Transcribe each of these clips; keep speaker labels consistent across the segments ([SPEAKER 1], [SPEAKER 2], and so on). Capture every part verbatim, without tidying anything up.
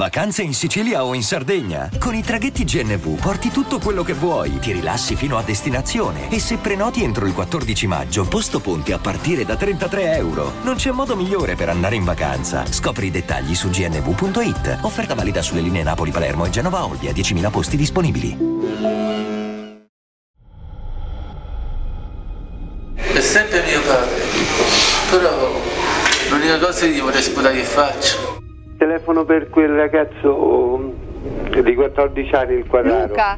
[SPEAKER 1] Vacanze in Sicilia o in Sardegna? Con i traghetti G N V porti tutto quello che vuoi, ti rilassi fino a destinazione e se prenoti entro il quattordici maggio, posto ponti a partire da trentatré euro. Non c'è modo migliore per andare in vacanza. Scopri i dettagli su g n v punto i t. Offerta valida sulle linee Napoli-Palermo e Genova-Olbia, diecimila posti disponibili.
[SPEAKER 2] È sempre mio padre, però l'unica cosa che gli vorrei sputare in faccia.
[SPEAKER 3] Telefono per quel ragazzo di quattordici anni, il Quadraro.
[SPEAKER 4] Luca.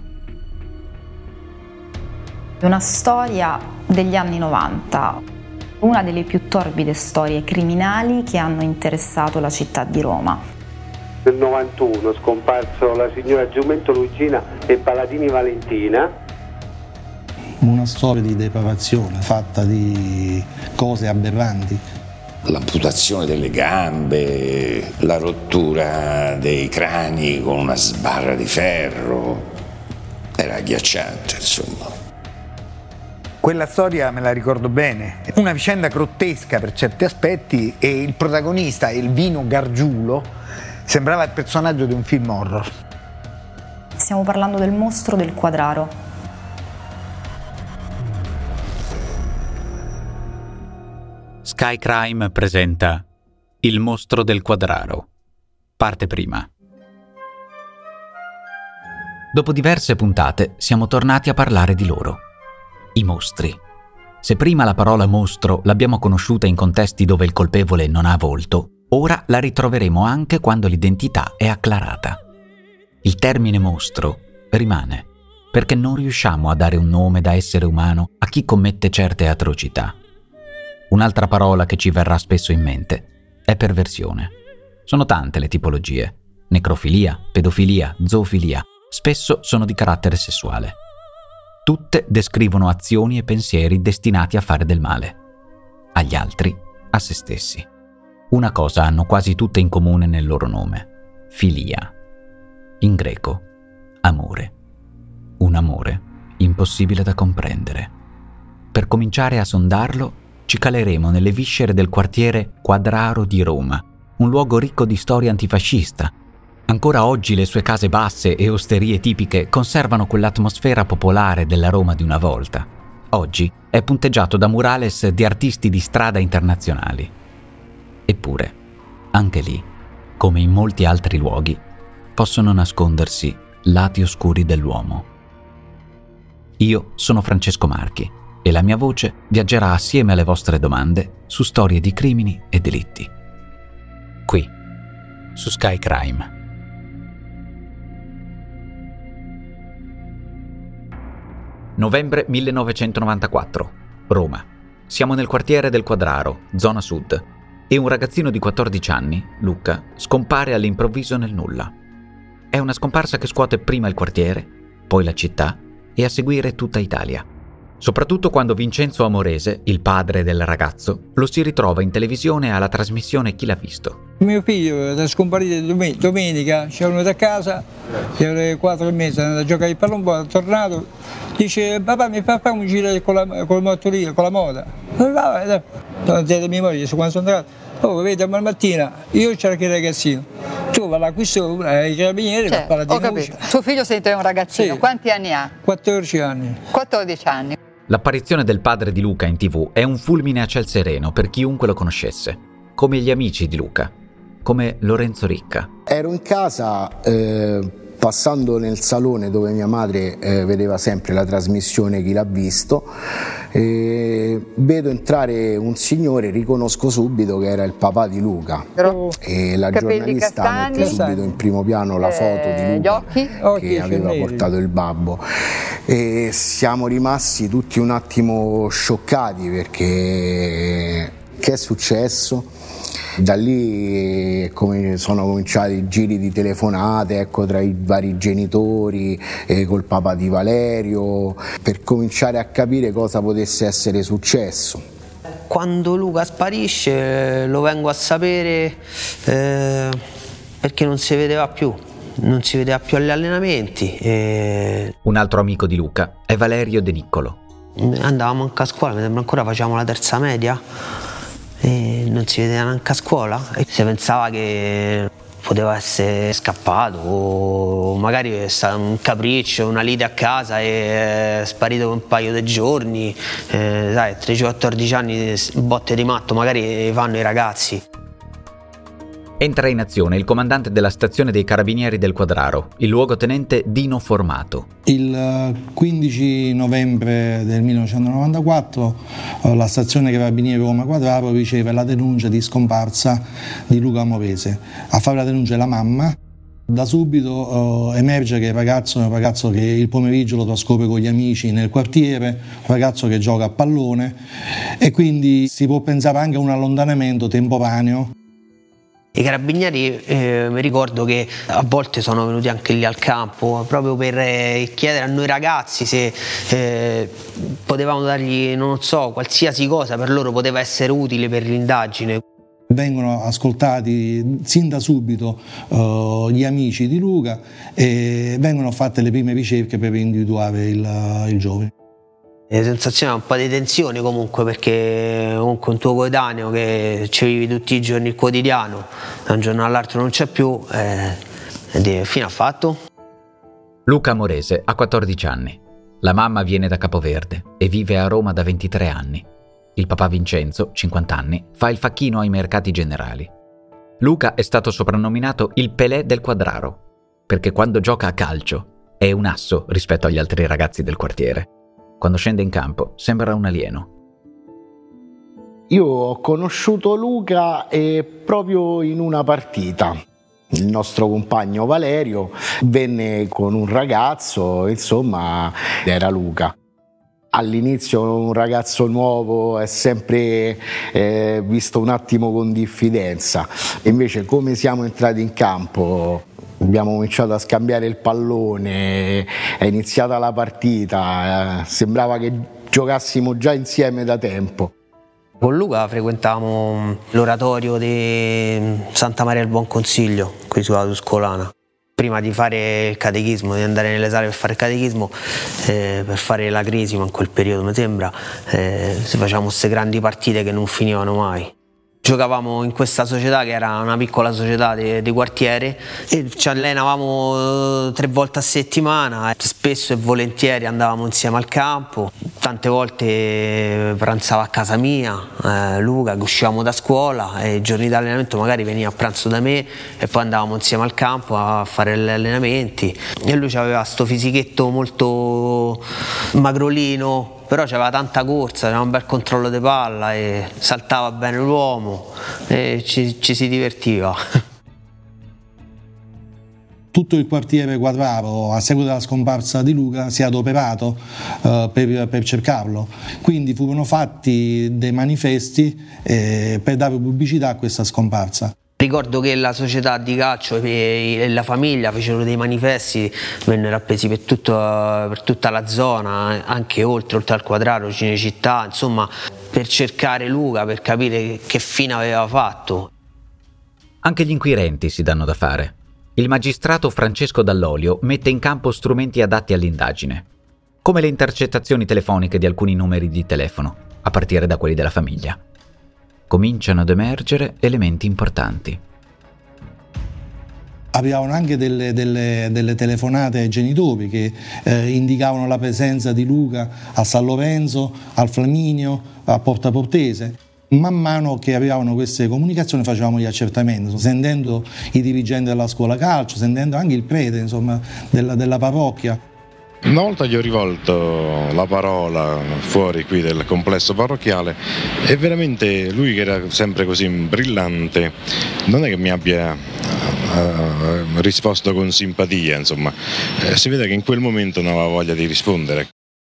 [SPEAKER 5] Una storia degli anni novanta, una delle più torbide storie criminali che hanno interessato la città di Roma.
[SPEAKER 3] Nel novantuno scomparso la signora Giumento Lugina e Paladini Valentina.
[SPEAKER 6] Una storia di depravazione fatta di cose aberranti.
[SPEAKER 7] L'amputazione delle gambe, la rottura dei crani con una sbarra di ferro, era agghiacciante, insomma.
[SPEAKER 8] Quella storia me la ricordo bene, una vicenda grottesca per certi aspetti e il protagonista, Elvino Gargiulo, sembrava il personaggio di un film horror.
[SPEAKER 5] Stiamo parlando del mostro del Quadraro.
[SPEAKER 9] Sky Crime presenta Il mostro del Quadraro, parte prima. Dopo diverse puntate siamo tornati a parlare di loro, i mostri. Se prima la parola mostro l'abbiamo conosciuta in contesti dove il colpevole non ha volto, ora la ritroveremo anche quando l'identità è acclarata. Il termine mostro rimane, perché non riusciamo a dare un nome da essere umano a chi commette certe atrocità. Un'altra parola che ci verrà spesso in mente è perversione. Sono tante le tipologie: necrofilia, pedofilia, zoofilia, spesso sono di carattere sessuale. Tutte descrivono azioni e pensieri destinati a fare del male, agli altri, a se stessi. Una cosa hanno quasi tutte in comune nel loro nome: filia. In greco, amore. Un amore impossibile da comprendere. Per cominciare a sondarlo, ci caleremo nelle viscere del quartiere Quadraro di Roma, un luogo ricco di storia antifascista. Ancora oggi le sue case basse e osterie tipiche conservano quell'atmosfera popolare della Roma di una volta. Oggi è punteggiato da murales di artisti di strada internazionali. Eppure, anche lì, come in molti altri luoghi, possono nascondersi lati oscuri dell'uomo. Io sono Francesco Marchi e la mia voce viaggerà assieme alle vostre domande su storie di crimini e delitti. Qui, su Sky Crime. Novembre millenovecentonovantaquattro, Roma. Siamo nel quartiere del Quadraro, zona sud, e un ragazzino di quattordici anni, Luca, scompare all'improvviso nel nulla. È una scomparsa che scuote prima il quartiere, poi la città e a seguire tutta Italia. Soprattutto quando Vincenzo Amorese, il padre del ragazzo, lo si ritrova in televisione alla trasmissione Chi l'ha visto.
[SPEAKER 10] Mio figlio era scomparito domen- domenica, ci è venuto a casa, che alle quattro e mezza, è andato a giocare il pallone, è tornato, dice papà mi fa fare un giro con la, con il motorino, con la moto. Non ti mia moglie, quando sono andato, oh vedi, ma mattina io c'era che ragazzino, tu vai là qui sopra, ai carabinieri,
[SPEAKER 4] cioè,
[SPEAKER 10] parla di
[SPEAKER 4] ho capito. Tuo figlio sente un ragazzino,
[SPEAKER 10] sì.
[SPEAKER 4] Quanti anni ha?
[SPEAKER 10] quattordici anni.
[SPEAKER 4] quattordici anni.
[SPEAKER 9] L'apparizione del padre di Luca in tivù è un fulmine a ciel sereno per chiunque lo conoscesse, come gli amici di Luca, come Lorenzo Ricca.
[SPEAKER 11] Ero in casa, eh, passando nel salone dove mia madre eh, vedeva sempre la trasmissione Chi l'ha visto, e vedo entrare un signore, riconosco subito che era il papà di Luca.
[SPEAKER 4] Però,
[SPEAKER 11] e la giornalista
[SPEAKER 4] castani,
[SPEAKER 11] mette subito in primo piano la foto
[SPEAKER 4] eh,
[SPEAKER 11] di Luca,
[SPEAKER 4] gli occhi,
[SPEAKER 11] che
[SPEAKER 10] occhi
[SPEAKER 11] aveva
[SPEAKER 10] neri.
[SPEAKER 11] portato il babbo, e siamo rimasti tutti un attimo scioccati perché che è successo? Da lì come sono cominciati i giri di telefonate, ecco, tra i vari genitori, eh, col papà di Valerio, per cominciare a capire cosa potesse essere successo.
[SPEAKER 12] Quando Luca sparisce lo vengo a sapere eh, perché non si vedeva più, non si vedeva più agli allenamenti. E...
[SPEAKER 9] Un altro amico di Luca è Valerio De Niccolo.
[SPEAKER 12] Andavamo anche a scuola, mi sembra ancora facevamo la terza media. E non si vedeva neanche a scuola e si pensava che poteva essere scappato o magari è stato un capriccio, una lite a casa e è sparito per un paio di giorni, eh, sai, tredici quattordici anni, botte di matto, magari fanno i ragazzi.
[SPEAKER 9] Entra in azione il comandante della stazione dei Carabinieri del Quadraro, il luogotenente Dino Formato.
[SPEAKER 6] Il quindici novembre del millenovecentonovantaquattro la stazione Carabinieri Roma Quadraro riceve la denuncia di scomparsa di Luca Morese. A fare la denuncia è la mamma. Da subito eh, emerge che il ragazzo è un ragazzo che il pomeriggio lo trascorre con gli amici nel quartiere, un ragazzo che gioca a pallone e quindi si può pensare anche a un allontanamento temporaneo.
[SPEAKER 12] I carabinieri, eh, mi ricordo che a volte sono venuti anche lì al campo proprio per eh, chiedere a noi ragazzi se eh, potevamo dargli, non so, qualsiasi cosa per loro poteva essere utile per l'indagine.
[SPEAKER 6] Vengono ascoltati sin da subito uh, gli amici di Luca e vengono fatte le prime ricerche per individuare il, il giovane.
[SPEAKER 12] La sensazione è un po' di tensione comunque, perché comunque un tuo coetaneo che ci vivi tutti i giorni il quotidiano, da un giorno all'altro non c'è più, eh, e fine ha fatto?
[SPEAKER 9] Luca Morese ha quattordici anni, la mamma viene da Capoverde e vive a Roma da ventitré anni. Il papà Vincenzo, cinquanta anni, fa il facchino ai mercati generali. Luca è stato soprannominato il Pelé del Quadraro, perché quando gioca a calcio è un asso rispetto agli altri ragazzi del quartiere. Quando scende in campo sembra un alieno.
[SPEAKER 11] Io ho conosciuto Luca eh, proprio in una partita. Il nostro compagno Valerio venne con un ragazzo, insomma, era Luca. All'inizio un ragazzo nuovo è sempre eh, visto un attimo con diffidenza, invece come siamo entrati in campo abbiamo cominciato a scambiare il pallone, è iniziata la partita, eh, sembrava che giocassimo già insieme da tempo.
[SPEAKER 12] Con Luca frequentavamo l'oratorio di Santa Maria del Buon Consiglio, qui sulla Tuscolana. Prima di fare il catechismo, di andare nelle sale per fare il catechismo, eh, per fare la crisima in quel periodo mi sembra, eh, facevamo queste grandi partite che non finivano mai. Giocavamo in questa società che era una piccola società di, di quartiere e ci allenavamo tre volte a settimana, spesso e volentieri andavamo insieme al campo, tante volte pranzava a casa mia, eh, Luca, che uscivamo da scuola e i giorni di allenamento magari veniva a pranzo da me e poi andavamo insieme al campo a fare gli allenamenti e lui aveva sto fisichetto molto magrolino, però c'aveva tanta corsa, c'era un bel controllo di palla e saltava bene l'uomo e ci, ci si divertiva.
[SPEAKER 6] Tutto il quartiere Quadraro, a seguito della scomparsa di Luca, si è adoperato uh, per, per cercarlo. Quindi furono fatti dei manifesti eh, per dare pubblicità a questa scomparsa.
[SPEAKER 12] Ricordo che la società di calcio e la famiglia fecero dei manifesti, vennero appesi per, tutto, per tutta la zona, anche oltre, oltre al Quadraro, Cinecittà, insomma, per cercare Luca, per capire che fine aveva fatto.
[SPEAKER 9] Anche gli inquirenti si danno da fare. Il magistrato Francesco Dall'Olio mette in campo strumenti adatti all'indagine, come le intercettazioni telefoniche di alcuni numeri di telefono, a partire da quelli della famiglia. Cominciano ad emergere elementi importanti.
[SPEAKER 6] Arrivavano anche delle, delle, delle telefonate ai genitori che eh, indicavano la presenza di Luca a San Lorenzo, al Flaminio, a Porta Portese. Man mano che arrivavano queste comunicazioni facevamo gli accertamenti, sentendo i dirigenti della scuola calcio, sentendo anche il prete, insomma, della, della parrocchia.
[SPEAKER 13] Una volta gli ho rivolto la parola fuori qui del complesso parrocchiale e veramente lui, che era sempre così brillante, non è che mi abbia uh, risposto con simpatia, insomma, eh, si vede che in quel momento non aveva voglia di rispondere.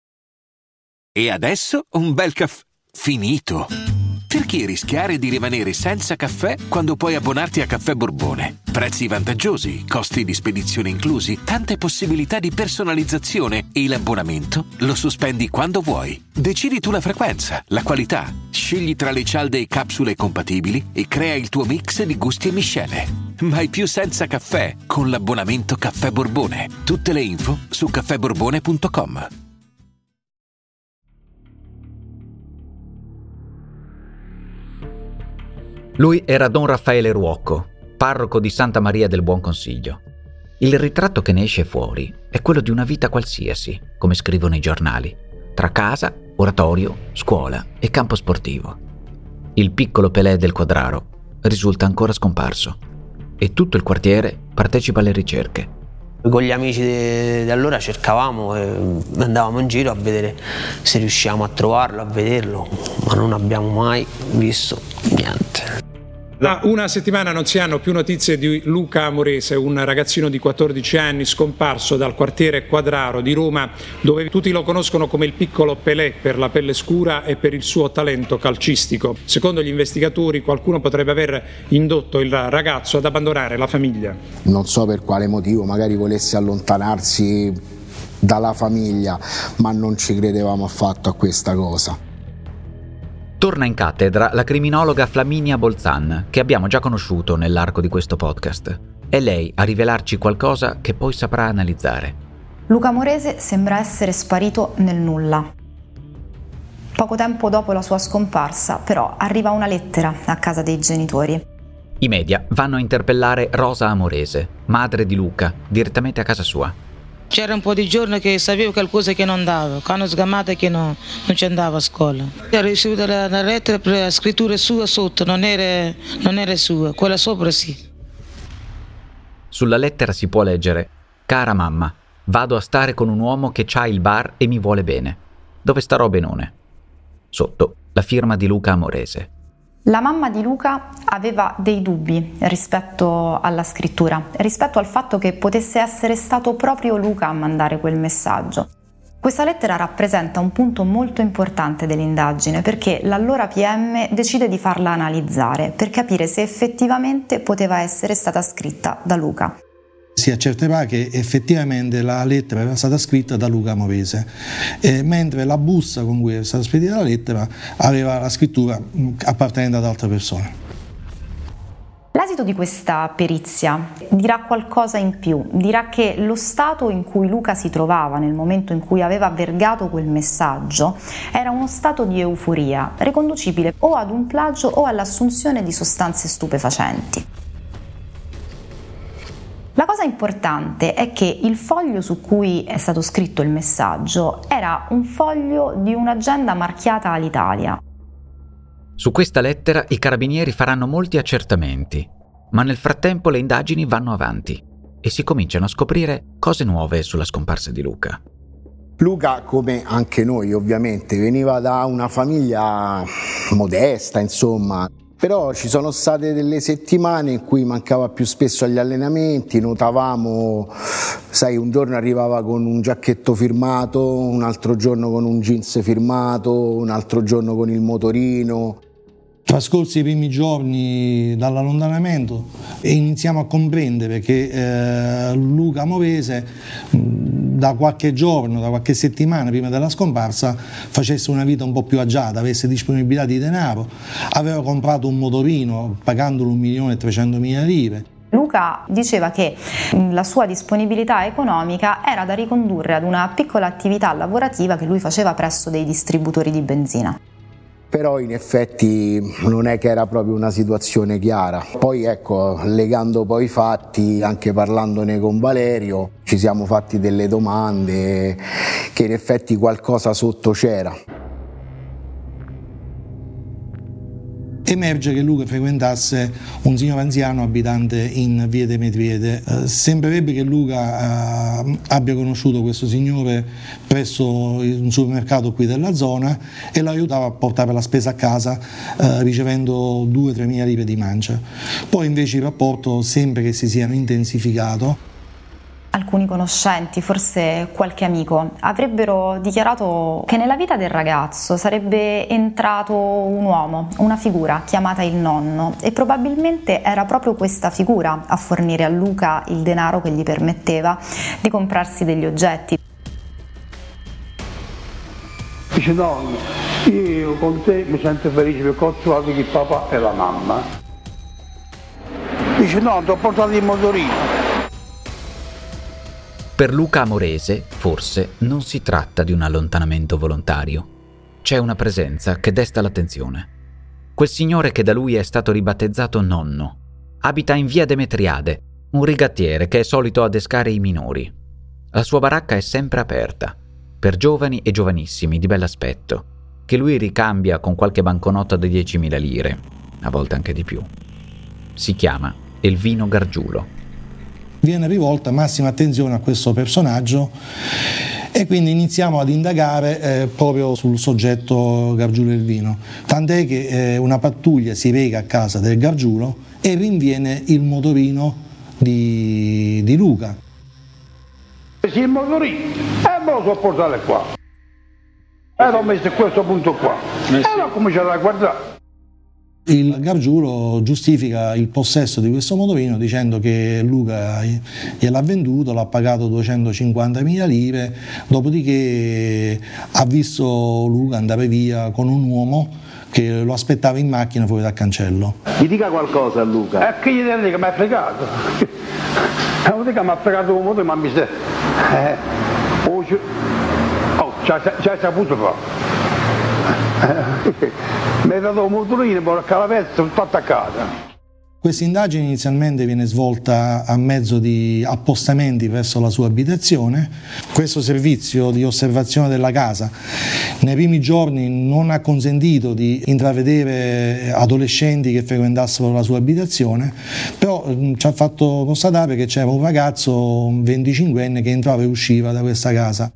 [SPEAKER 14] E adesso un bel caffè finito. Perché rischiare di rimanere senza caffè quando puoi abbonarti a Caffè Borbone? Prezzi vantaggiosi, costi di spedizione inclusi, tante possibilità di personalizzazione e l'abbonamento lo sospendi quando vuoi. Decidi tu la frequenza, la qualità, scegli tra le cialde e capsule compatibili e crea il tuo mix di gusti e miscele. Mai più senza caffè con l'abbonamento Caffè Borbone. Tutte le info su caffè borbone punto com.
[SPEAKER 9] Lui era Don Raffaele Ruocco, parroco di Santa Maria del Buon Consiglio. Il ritratto che ne esce fuori è quello di una vita qualsiasi, come scrivono i giornali, tra casa, oratorio, scuola e campo sportivo. Il piccolo Pelé del Quadraro risulta ancora scomparso e tutto il quartiere partecipa alle ricerche.
[SPEAKER 12] Con gli amici di allora cercavamo e andavamo in giro a vedere se riuscivamo a trovarlo, a vederlo, ma non abbiamo mai visto niente.
[SPEAKER 15] Da una settimana non si hanno più notizie di Luca Amorese, un ragazzino di quattordici anni scomparso dal quartiere Quadraro di Roma, dove tutti lo conoscono come il piccolo Pelé per la pelle scura e per il suo talento calcistico. Secondo gli investigatori qualcuno potrebbe aver indotto il ragazzo ad abbandonare la famiglia.
[SPEAKER 11] Non so per quale motivo, magari volesse allontanarsi dalla famiglia, ma non ci credevamo affatto a questa cosa.
[SPEAKER 9] Torna in cattedra la criminologa Flaminia Bolzan, che abbiamo già conosciuto nell'arco di questo podcast. È lei a rivelarci qualcosa che poi saprà analizzare.
[SPEAKER 5] Luca Amorese sembra essere sparito nel nulla. Poco tempo dopo la sua scomparsa, però, arriva una lettera a casa dei genitori.
[SPEAKER 9] I media vanno a interpellare Rosa Amorese, madre di Luca, direttamente a casa sua.
[SPEAKER 16] C'era un po' di giorni che sapevo qualcosa che non andava, che hanno sgamato che no, non ci andava a scuola. Ha ricevuto la, la lettera per la scrittura sua sotto, non era, non era sua, quella sopra sì.
[SPEAKER 9] Sulla lettera si può leggere: cara mamma, vado a stare con un uomo che c'ha il bar e mi vuole bene, dove starò benone. Sotto la firma di Luca Amorese.
[SPEAKER 5] La mamma di Luca aveva dei dubbi rispetto alla scrittura, rispetto al fatto che potesse essere stato proprio Luca a mandare quel messaggio. Questa lettera rappresenta un punto molto importante dell'indagine, perché l'allora P M decide di farla analizzare per capire se effettivamente poteva essere stata scritta da Luca.
[SPEAKER 6] Si accerterà che effettivamente la lettera era stata scritta da Luca Amorese, eh, mentre la busta con cui era stata spedita la lettera aveva la scrittura appartenente ad altre persone.
[SPEAKER 5] L'esito di questa perizia dirà qualcosa in più, dirà che lo stato in cui Luca si trovava nel momento in cui aveva vergato quel messaggio era uno stato di euforia, riconducibile o ad un plagio o all'assunzione di sostanze stupefacenti. La cosa importante è che il foglio su cui è stato scritto il messaggio era un foglio di un'agenda marchiata all'Italia.
[SPEAKER 9] Su questa lettera i carabinieri faranno molti accertamenti, ma nel frattempo le indagini vanno avanti e si cominciano a scoprire cose nuove sulla scomparsa di Luca.
[SPEAKER 11] Luca, come anche noi ovviamente, veniva da una famiglia modesta, insomma. Però ci sono state delle settimane in cui mancava più spesso agli allenamenti, notavamo, sai, un giorno arrivava con un giacchetto firmato, un altro giorno con un jeans firmato, un altro giorno con il motorino.
[SPEAKER 6] Trascorsi i primi giorni dall'allontanamento e iniziamo a comprendere che eh, Luca Amorese da qualche giorno, da qualche settimana prima della scomparsa facesse una vita un po' più agiata, avesse disponibilità di denaro, aveva comprato un motorino pagandolo un milione e trecentomila lire.
[SPEAKER 5] Luca diceva che la sua disponibilità economica era da ricondurre ad una piccola attività lavorativa che lui faceva presso dei distributori di benzina.
[SPEAKER 11] Però in effetti non è che era proprio una situazione chiara. Poi ecco, legando poi i fatti, anche parlandone con Valerio, ci siamo fatti delle domande che in effetti qualcosa sotto c'era.
[SPEAKER 6] Emerge che Luca frequentasse un signore anziano abitante in via Demetriede. Eh, sembrerebbe che Luca eh, abbia conosciuto questo signore presso un supermercato qui della zona e lo aiutava a portare la spesa a casa eh, ricevendo due tre mila lire di mancia. Poi invece il rapporto sembra che si siano intensificato.
[SPEAKER 5] Alcuni conoscenti, forse qualche amico, avrebbero dichiarato che nella vita del ragazzo sarebbe entrato un uomo, una figura chiamata il nonno, e probabilmente era proprio questa figura a fornire a Luca il denaro che gli permetteva di comprarsi degli oggetti.
[SPEAKER 17] Dice nonno, io con te mi sento felice perché ho trovato il papà e la mamma. Dice no, ti ho portato il motorino.
[SPEAKER 9] Per Luca Amorese, forse, non si tratta di un allontanamento volontario. C'è una presenza che desta l'attenzione. Quel signore che da lui è stato ribattezzato nonno. Abita in via Demetriade, un rigattiere che è solito adescare i minori. La sua baracca è sempre aperta, per giovani e giovanissimi di bell'aspetto, che lui ricambia con qualche banconota di diecimila lire, a volte anche di più. Si chiama Elvino Gargiulo.
[SPEAKER 6] Viene rivolta massima attenzione a questo personaggio e quindi iniziamo ad indagare eh, proprio sul soggetto Gargiulo Elvino, tant'è che eh, una pattuglia si reca a casa del Gargiulo e rinviene il motorino di, di Luca.
[SPEAKER 17] Sì, il motorino, e me lo so portare qua. E l'ho messo a questo punto qua. E l'ho cominciato a guardare.
[SPEAKER 6] Il Gargiulo giustifica il possesso di questo motorino dicendo che Luca gliel'ha venduto, l'ha pagato duecentocinquantamila lire, dopodiché ha visto Luca andare via con un uomo che lo aspettava in macchina fuori dal cancello.
[SPEAKER 11] Gli dica qualcosa a Luca.
[SPEAKER 17] E che gli devo dire che mi ha fregato? Non dica mi ha fregato un motorino, ma mi sa... Eh, oh, c'ha saputo fare. Mi ha dato un motorino, poi la pezza, tutto attaccata.
[SPEAKER 6] Questa indagine inizialmente viene svolta a mezzo di appostamenti presso la sua abitazione. Questo servizio di osservazione della casa nei primi giorni non ha consentito di intravedere adolescenti che frequentassero la sua abitazione, però ci ha fatto constatare che c'era un ragazzo venticinquenne che entrava e usciva da questa casa.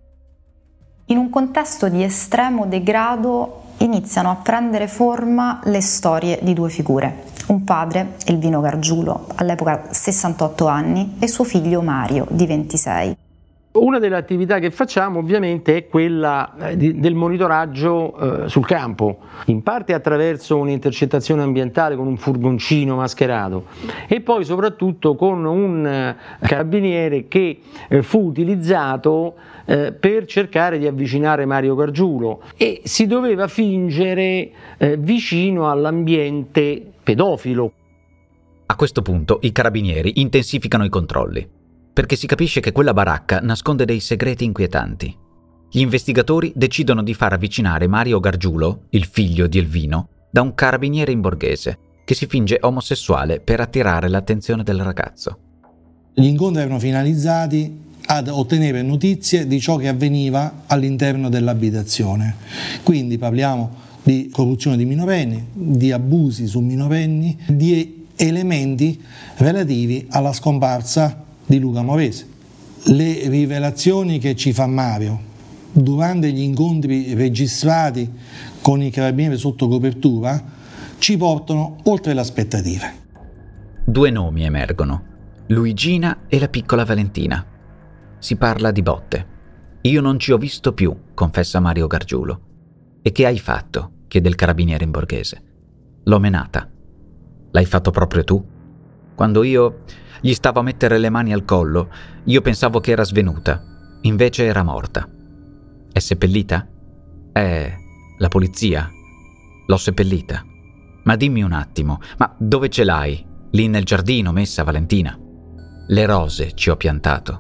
[SPEAKER 5] In un contesto di estremo degrado iniziano a prendere forma le storie di due figure. Un padre, Elvino Gargiulo, all'epoca sessantotto anni, e suo figlio Mario, di ventisei.
[SPEAKER 18] Una delle attività che facciamo ovviamente è quella di, del monitoraggio eh, sul campo, in parte attraverso un'intercettazione ambientale con un furgoncino mascherato e poi soprattutto con un eh, carabiniere che eh, fu utilizzato eh, per cercare di avvicinare Mario Gargiulo e si doveva fingere eh, vicino all'ambiente pedofilo.
[SPEAKER 9] A questo punto i carabinieri intensificano i controlli, perché si capisce che quella baracca nasconde dei segreti inquietanti. Gli investigatori decidono di far avvicinare Mario Gargiulo, il figlio di Elvino, da un carabiniere in borghese, che si finge omosessuale per attirare l'attenzione del ragazzo.
[SPEAKER 6] Gli incontri erano finalizzati ad ottenere notizie di ciò che avveniva all'interno dell'abitazione. Quindi parliamo di corruzione di minorenni, di abusi su minorenni, di elementi relativi alla scomparsa di Luca Morese. Le rivelazioni che ci fa Mario durante gli incontri registrati con i carabinieri sotto copertura ci portano oltre le aspettative.
[SPEAKER 9] Due nomi emergono, Luigina e la piccola Valentina. Si parla di botte. Io non ci ho visto più, confessa Mario Gargiulo. E che hai fatto? Chiede il carabiniere in borghese. L'ho menata. L'hai fatto proprio tu? Quando io gli stavo a mettere le mani al collo, io pensavo che era svenuta, invece era morta. È seppellita? Eh, la polizia. L'ho seppellita. Ma dimmi un attimo, ma dove ce l'hai? Lì nel giardino, messa, Valentina? Le rose ci ho piantato.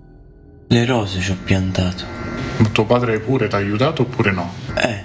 [SPEAKER 19] Le rose ci ho piantato.
[SPEAKER 20] Ma tuo padre pure ti ha aiutato oppure no?
[SPEAKER 19] Eh.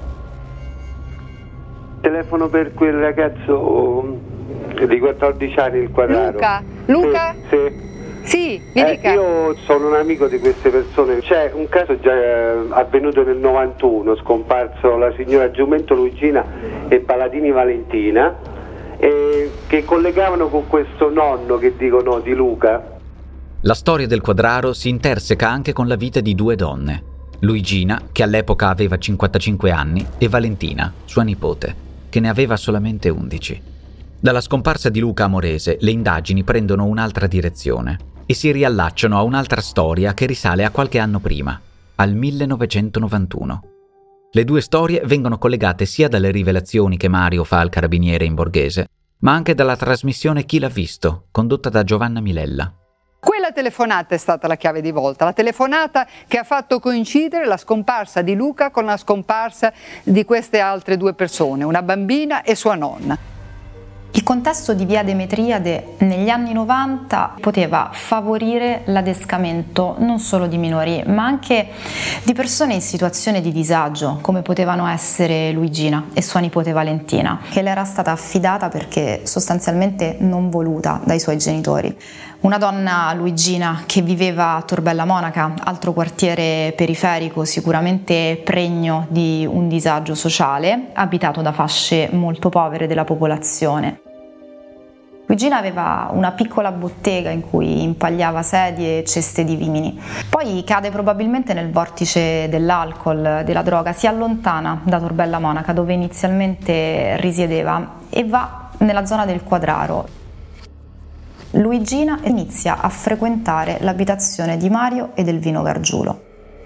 [SPEAKER 3] Telefono per quel ragazzo di quattordici anni, il Quadraro.
[SPEAKER 4] Luca? Luca?
[SPEAKER 3] Sì, sì.
[SPEAKER 4] Sì, mi
[SPEAKER 3] eh,
[SPEAKER 4] dica.
[SPEAKER 3] Io sono un amico di queste persone. C'è un caso già eh, avvenuto nel novantuno, scomparso la signora Giumento Luigina e Paladini Valentina, eh, che collegavano con questo nonno che dicono di Luca.
[SPEAKER 9] La storia del Quadraro si interseca anche con la vita di due donne, Luigina, che all'epoca aveva cinquantacinque anni, e Valentina, sua nipote, che ne aveva solamente undici. Dalla scomparsa di Luca Amorese le indagini prendono un'altra direzione e si riallacciano a un'altra storia che risale a qualche anno prima, al millenovecentonovantuno. Le due storie vengono collegate sia dalle rivelazioni che Mario fa al carabiniere in borghese, ma anche dalla trasmissione Chi l'ha visto, condotta da Giovanna Milella.
[SPEAKER 4] Quella telefonata è stata la chiave di volta, la telefonata che ha fatto coincidere la scomparsa di Luca con la scomparsa di queste altre due persone, una bambina e sua nonna.
[SPEAKER 5] Il contesto di via Demetriade negli anni novanta poteva favorire l'adescamento non solo di minori, ma anche di persone in situazione di disagio, come potevano essere Luigina e sua nipote Valentina, che le era stata affidata perché sostanzialmente non voluta dai suoi genitori. Una donna, Luigina, che viveva a Torbella Monaca, altro quartiere periferico sicuramente pregno di un disagio sociale, abitato da fasce molto povere della popolazione. Luigina aveva una piccola bottega in cui impagliava sedie e ceste di vimini. Poi cade probabilmente nel vortice dell'alcol, della droga, si allontana da Torbella Monaca, dove inizialmente risiedeva, e va nella zona del Quadraro. Luigina inizia a frequentare l'abitazione di Mario e del Vino Gargiulo.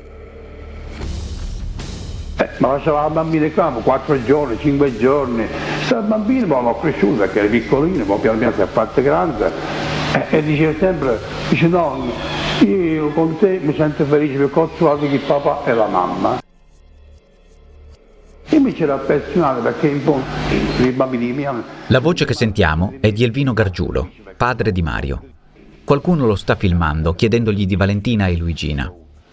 [SPEAKER 17] Eh, ma lasciava la bambina in campo quattro giorni, cinque giorni. Sta bambina poi l'ho cresciuta perché era piccolina, poi piano piano si è fatta grande. Eh, e diceva sempre, dice nonno, io con te mi sento felice perché ho trovato che il papà e la mamma. E mi c'era affezionato perché in fondo i bambini miei.
[SPEAKER 9] La voce che sentiamo è di Elvino Gargiulo, padre di Mario. Qualcuno lo sta filmando chiedendogli di Valentina e Luigina.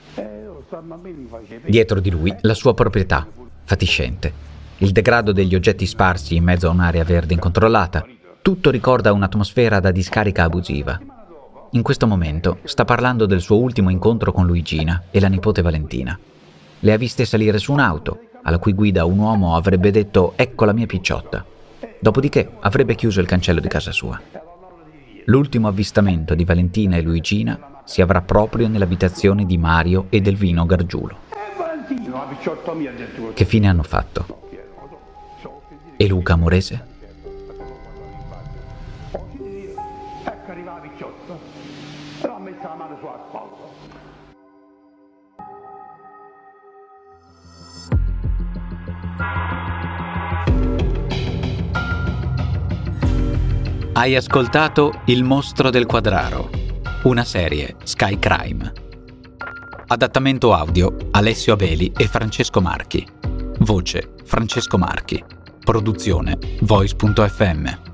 [SPEAKER 9] Dietro di lui la sua proprietà, fatiscente. Il degrado degli oggetti sparsi in mezzo a un'area verde incontrollata. Tutto ricorda un'atmosfera da discarica abusiva. In questo momento sta parlando del suo ultimo incontro con Luigina e la nipote Valentina. Le ha viste salire su un'auto, alla cui guida un uomo avrebbe detto «Ecco la mia picciotta». Dopodiché avrebbe chiuso il cancello di casa sua. L'ultimo avvistamento di Valentina e Luigina si avrà proprio nell'abitazione di Mario e del Vino Gargiulo. Che fine hanno fatto? E Luca Amorese?
[SPEAKER 17] Ecco arriva la picciotta e l'ha messa la mano sulla spalla.
[SPEAKER 9] Hai ascoltato Il mostro del Quadraro, una serie Sky Crime. Adattamento audio Alessio Abeli e Francesco Marchi. Voce Francesco Marchi. Produzione Voice punto effe emme.